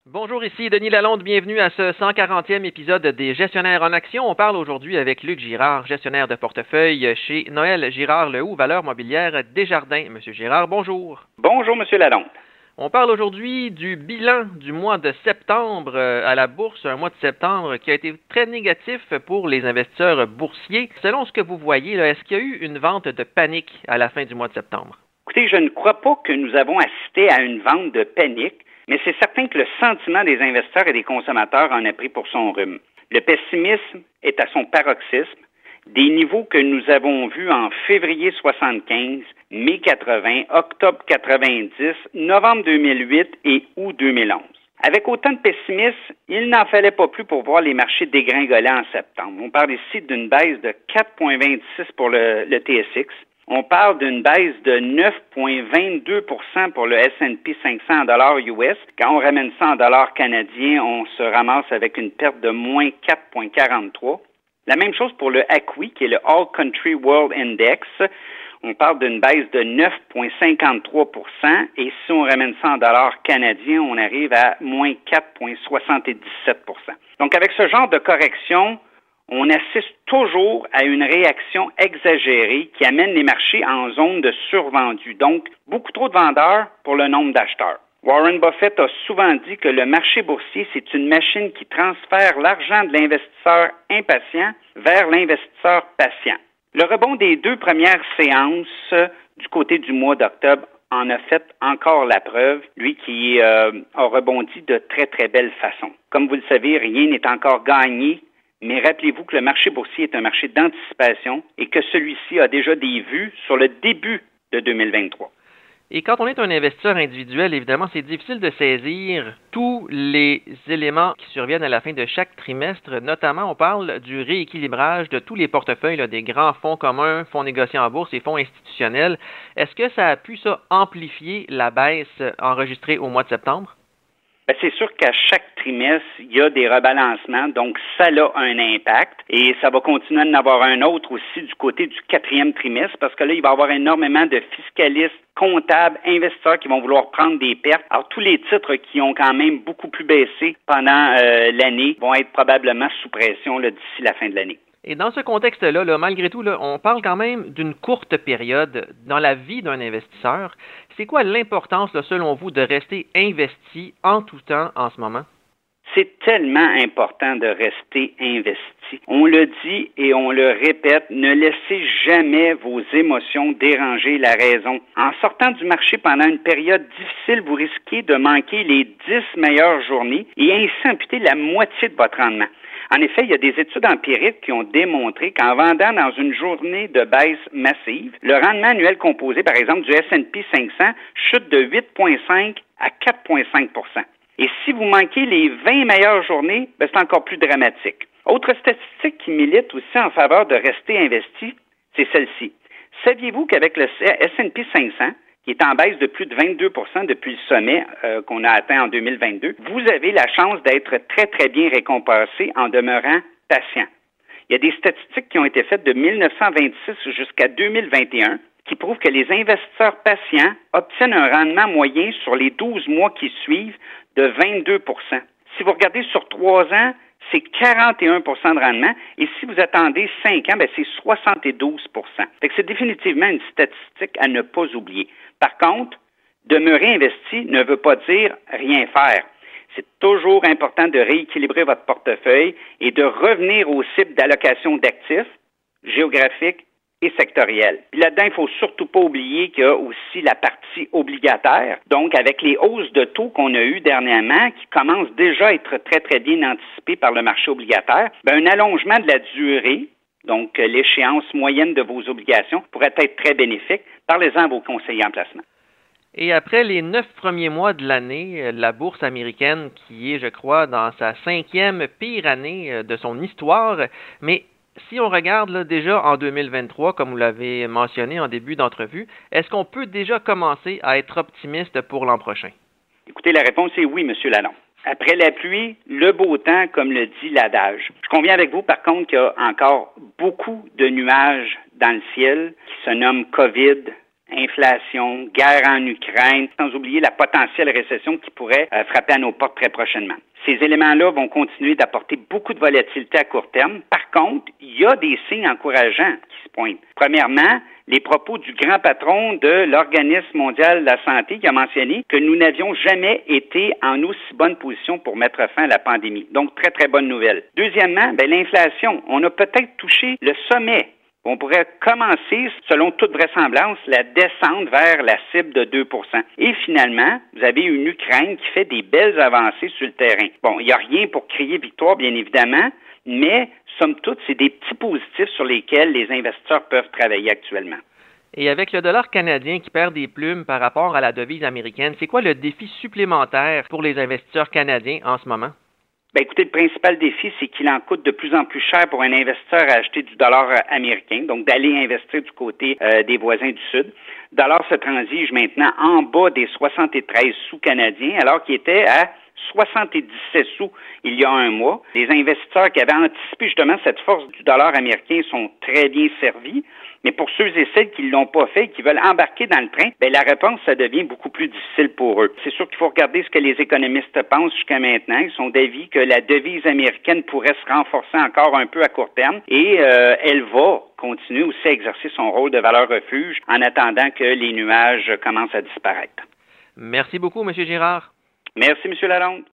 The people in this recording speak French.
Bonjour, ici Denis Lalonde. Bienvenue à ce 140e épisode des Gestionnaires en action. On parle aujourd'hui avec Luc Girard, gestionnaire de portefeuille chez Noël Girard Lehoux, valeurs mobilières Desjardins. Monsieur Girard, bonjour. Bonjour, Monsieur Lalonde. On parle aujourd'hui du bilan du mois de septembre à la bourse, un mois de septembre qui a été très négatif pour les investisseurs boursiers. Selon ce que vous voyez, est-ce qu'il y a eu une vente de panique à la fin du mois de septembre? Écoutez, je ne crois pas que nous avons assisté à une vente de panique, mais c'est certain que le sentiment des investisseurs et des consommateurs en a pris pour son rhume. Le pessimisme est à son paroxysme, des niveaux que nous avons vus en février 75, mai 80, octobre 90, novembre 2008 et août 2011. Avec autant de pessimisme, il n'en fallait pas plus pour voir les marchés dégringoler en septembre. On parle ici d'une baisse de 4,26 pour le TSX. On parle d'une baisse de 9,22 pour le S&P 500 en dollars US. Quand on ramène ça en dollars canadiens, on se ramasse avec une perte de moins 4,43. La même chose pour le ACWI, qui est le All Country World Index. On parle d'une baisse de 9,53 et si on ramène ça en dollars canadiens, on arrive à moins 4,77 Donc, avec ce genre de correction, on assiste toujours à une réaction exagérée qui amène les marchés en zone de survendu. Donc, beaucoup trop de vendeurs pour le nombre d'acheteurs. Warren Buffett a souvent dit que le marché boursier, c'est une machine qui transfère l'argent de l'investisseur impatient vers l'investisseur patient. Le rebond des deux premières séances du côté du mois d'octobre en a fait encore la preuve, lui qui a rebondi de très, très belle façon. Comme vous le savez, rien n'est encore gagné, mais rappelez-vous que le marché boursier est un marché d'anticipation et que celui-ci a déjà des vues sur le début de 2023. Et quand on est un investisseur individuel, évidemment, c'est difficile de saisir tous les éléments qui surviennent à la fin de chaque trimestre. Notamment, on parle du rééquilibrage de tous les portefeuilles, des grands fonds communs, fonds négociés en bourse et fonds institutionnels. Est-ce que ça a pu, amplifier la baisse enregistrée au mois de septembre? Bien, c'est sûr qu'à chaque trimestre, il y a des rebalancements, donc ça a un impact et ça va continuer à en avoir un autre aussi du côté du quatrième trimestre parce que là, il va y avoir énormément de fiscalistes, comptables, investisseurs qui vont vouloir prendre des pertes. Alors, tous les titres qui ont quand même beaucoup plus baissé pendant l'année vont être probablement sous pression d'ici la fin de l'année. Et dans ce contexte-là, malgré tout, on parle quand même d'une courte période dans la vie d'un investisseur. C'est quoi l'importance, selon vous, de rester investi en tout temps en ce moment? C'est tellement important de rester investi. On le dit et on le répète, ne laissez jamais vos émotions déranger la raison. En sortant du marché pendant une période difficile, vous risquez de manquer les 10 meilleures journées et ainsi amputer la moitié de votre rendement. En effet, il y a des études empiriques qui ont démontré qu'en vendant dans une journée de baisse massive, le rendement annuel composé, par exemple, du S&P 500 chute de 8,5 à 4,5 Et si vous manquez les 20 meilleures journées, c'est encore plus dramatique. Autre statistique qui milite aussi en faveur de rester investi, c'est celle-ci. Saviez-vous qu'avec le S&P 500, qui est en baisse de plus de 22 depuis le sommet qu'on a atteint en 2022, vous avez la chance d'être très, très bien récompensé en demeurant patient. Il y a des statistiques qui ont été faites de 1926 jusqu'à 2021 qui prouvent que les investisseurs patients obtiennent un rendement moyen sur les 12 mois qui suivent de 22 Si vous regardez sur 3 ans, c'est 41 de rendement. Et si vous attendez 5 ans, c'est 72 Fait que c'est définitivement une statistique à ne pas oublier. Par contre, demeurer investi ne veut pas dire rien faire. C'est toujours important de rééquilibrer votre portefeuille et de revenir aux cibles d'allocation d'actifs géographiques et sectoriels. Puis là-dedans, il ne faut surtout pas oublier qu'il y a aussi la partie obligataire. Donc, avec les hausses de taux qu'on a eues dernièrement, qui commencent déjà à être très, très bien anticipées par le marché obligataire, un allongement de la durée, donc l'échéance moyenne de vos obligations, pourrait être très bénéfique. Parlez-en à vos conseillers en placement. Et après les 9 premiers mois de l'année, la bourse américaine qui est, je crois, dans sa 5e pire année de son histoire, mais si on regarde déjà en 2023, comme vous l'avez mentionné en début d'entrevue, est-ce qu'on peut déjà commencer à être optimiste pour l'an prochain? Écoutez, la réponse est oui, M. Lalonde. Après la pluie, le beau temps, comme le dit l'adage. Je conviens avec vous, par contre, qu'il y a encore beaucoup de nuages dans le ciel qui se nomment COVID, inflation, guerre en Ukraine, sans oublier la potentielle récession qui pourrait frapper à nos portes très prochainement. Ces éléments-là vont continuer d'apporter beaucoup de volatilité à court terme. Par contre, il y a des signes encourageants qui se pointent. Premièrement, les propos du grand patron de l'Organisme mondial de la santé qui a mentionné que nous n'avions jamais été en aussi bonne position pour mettre fin à la pandémie. Donc, très, très bonne nouvelle. Deuxièmement, l'inflation. On a peut-être touché le sommet. On pourrait commencer, selon toute vraisemblance, la descente vers la cible de 2 %. Et finalement, vous avez une Ukraine qui fait des belles avancées sur le terrain. Bon, il n'y a rien pour crier victoire, bien évidemment, mais somme toute, c'est des petits positifs sur lesquels les investisseurs peuvent travailler actuellement. Et avec le dollar canadien qui perd des plumes par rapport à la devise américaine, c'est quoi le défi supplémentaire pour les investisseurs canadiens en ce moment? Écoutez, le principal défi, c'est qu'il en coûte de plus en plus cher pour un investisseur à acheter du dollar américain, donc d'aller investir du côté des voisins du Sud. Le dollar se transige maintenant en bas des 73 sous canadiens, alors qu'il était à 77 sous il y a un mois. Les investisseurs qui avaient anticipé justement cette force du dollar américain sont très bien servis. Mais pour ceux et celles qui ne l'ont pas fait et qui veulent embarquer dans le train, la réponse, ça devient beaucoup plus difficile pour eux. C'est sûr qu'il faut regarder ce que les économistes pensent jusqu'à maintenant. Ils sont d'avis que la devise américaine pourrait se renforcer encore un peu à court terme et elle va continuer aussi à exercer son rôle de valeur refuge en attendant que les nuages commencent à disparaître. Merci beaucoup, M. Girard. Merci, M. Lalonde.